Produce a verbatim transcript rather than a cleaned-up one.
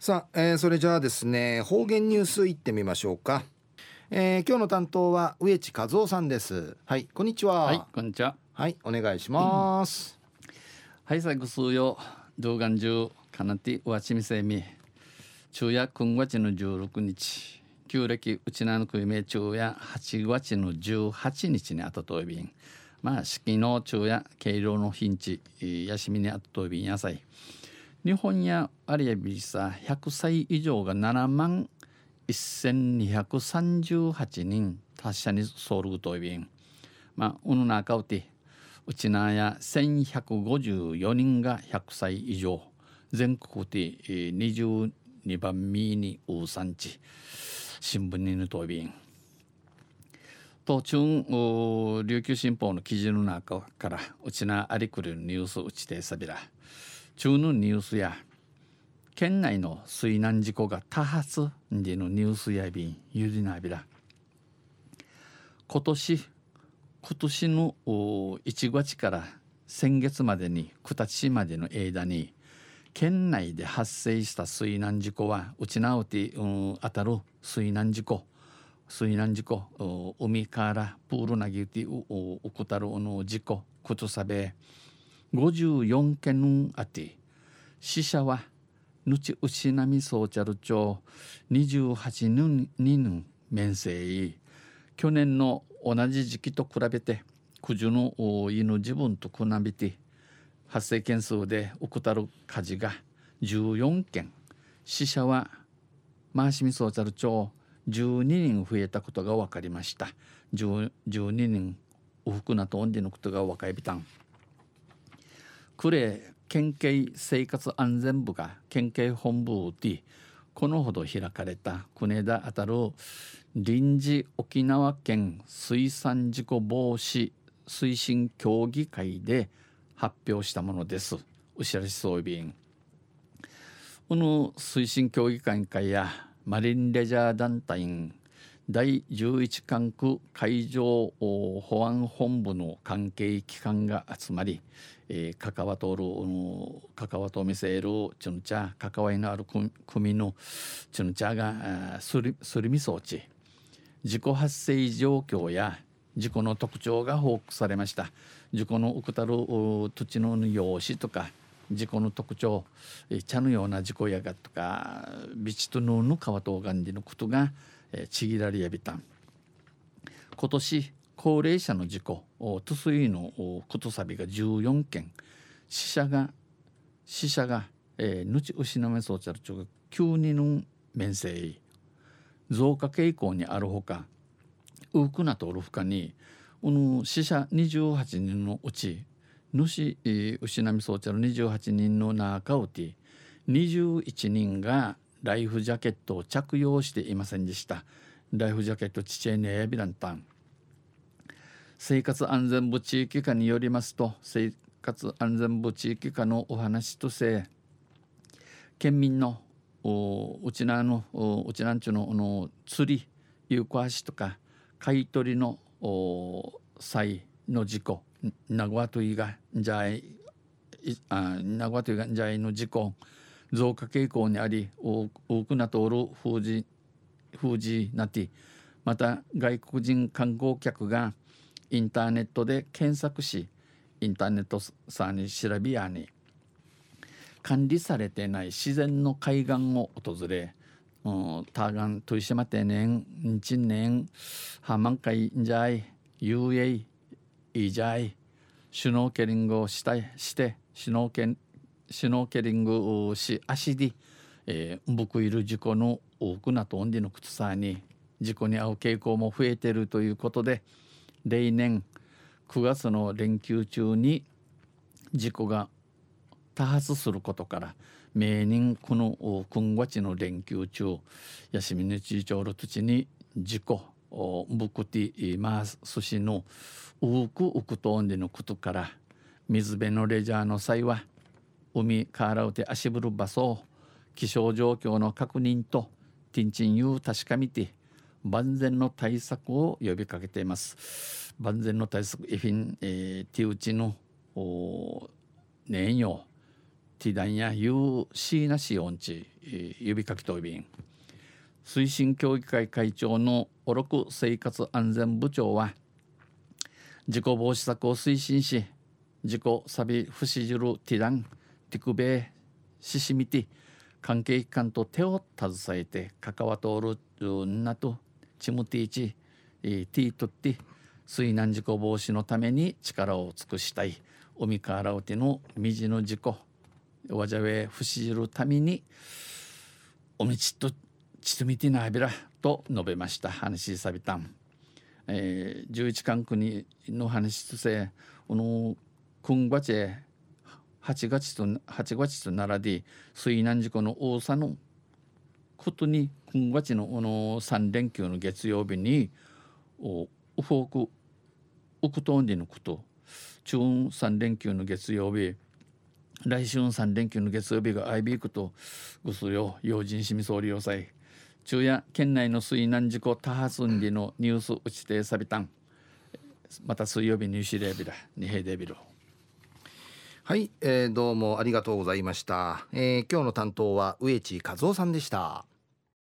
さあ、えーそれじゃあですね、方言ニュースいってみましょうか。えー今日の担当は植地和夫さんです。はい、こんにちはい、 は。 こんにちは。 はい、お願いします。 はい、最後数曜、動画中、かなてわちみせみ、昼夜くんがちのじゅうろくにち、旧暦うちなのくいめ昼夜はちがつのじゅうはちにちにあたといびん。まあ、式の昼夜、敬老の日んち、やしみにあたといびんやさい。日本やありやびさ、ひゃくさい以上がななまんせんにひゃくさんじゅうはちにん達者にソウルといびん。まあ、うぬなかうて、うちなやせんひゃくごじゅうよにんがひゃくさい以上、全国でにじゅうにばんみにうさんち、新聞にぬとびん。途中、琉球新報の記事の中から、うちなありくるニュースうちてさびら。中のニュースや、県内の水難事故が多発でのニュースやびん、ゆりなびら。今年、今年のいちがつから先月までに九立市までの間に県内で発生した水難事故はうちなうて、うん、当たる水難事故水難事故海からプールなぎうてううくたるの事故ことさべごじゅうよんけんあって死者はぬちうしなみそうちゃる町にじゅうはちにん面生去年の同じ時期と比べて九十の犬自分と比べて発生件数で起こたる火事がじゅうよんけん死者はマーシミソーチャル町じゅうににん増えたことが分かりました。じゅうににんウフクナとオンディのことが分かりびたんクレ県警生活安全部が県警本部でこのほど開かれた国枝あたる臨時沖縄県水産事故防止推進協議会で発表したものです。うしらしそうびんこの推進協議会やマリンレジャー団体第じゅういち管区海上保安本部の関係機関が集まり、えー、関わとる関わとみせるチュンチャ関わりのある組のチュンチャがすりすりみ装置事故発生状況や事故の特徴が報告されました。事故のうくたる土地の用紙とか事故の特徴茶のような事故やがとかビチとのの川とがんでのことがちぎられやびたん今年高齢者の事故トスイのことさびがじゅうよんけん死者が死者が、えー、ぬちうしなめそうちゃるちょがきゅうにん面生増加傾向にあるほかウクナとルフカにこの死者にじゅうはちにんのうち主牛並そうちゃるにじゅうはちにんの中うてにじゅういちにんがライフジャケットを着用していませんでした。ライフジャケットちちえねやびらんたん生活安全部地域課によりますと生活安全部地域課のお話とせ県民のうちなのうちなんちゅのの釣り有効足とか買い取りの際の事故名古屋といがじゃい名古屋といがじゃいの事故増加傾向にあり多くなとおる封じ封じなってまた外国人観光客がインターネットで検索しインターネットさに調べやに管理されてない自然の海岸を訪れターガントイシマテネンンチンネンハマンカインジャイユーエイイジャイシュノーケリングをしたいしてシュノーケシュノーケリングをし足で、えー、僕いる事故の多くなとオンディの靴さに事故に遭う傾向も増えているということで例年くがつの連休中に事故が多発することから明年この今月の連休中休みのちちょうる土地に事故ぶくてまあ寿司のうくうくとんでのことから水辺のレジャーの際は海からうて足ぶる場所気象状況の確認とティンチンユー確かめて万全の対策を呼びかけています。万全の対策エフィン、えー、ティウチの年よティダンやユーシーナシオンチ指かきといびん推進協議会会長のオロク生活安全部長は、事故防止策を推進し、事故サビ不死じるティダンティクベシシミティ関係機関と手を携えて関わとおるなとチムティーチティートティ水難事故防止のために力を尽くしたい海からうての水の事故わじゃべ不死じるためにおみちとちとみてなびらと述べました話さびたん、えー、じゅういちかんくにの話とせこのくんがちはちがつとはちがつとならで水難事故の多さのことにくんがちのこのさん連休の月曜日におうフォークウクトンディのこと中さん連休の月曜日来週さん連休の月曜日がアイビークとぐすよ要人市民総理要塞中夜県内の水難事故多発んでのニュース打ちてさびたんまた水曜日ニューシレビラにへいデビルはい、えー、どうもありがとうございました、えー、今日の担当は植地和夫さんでした。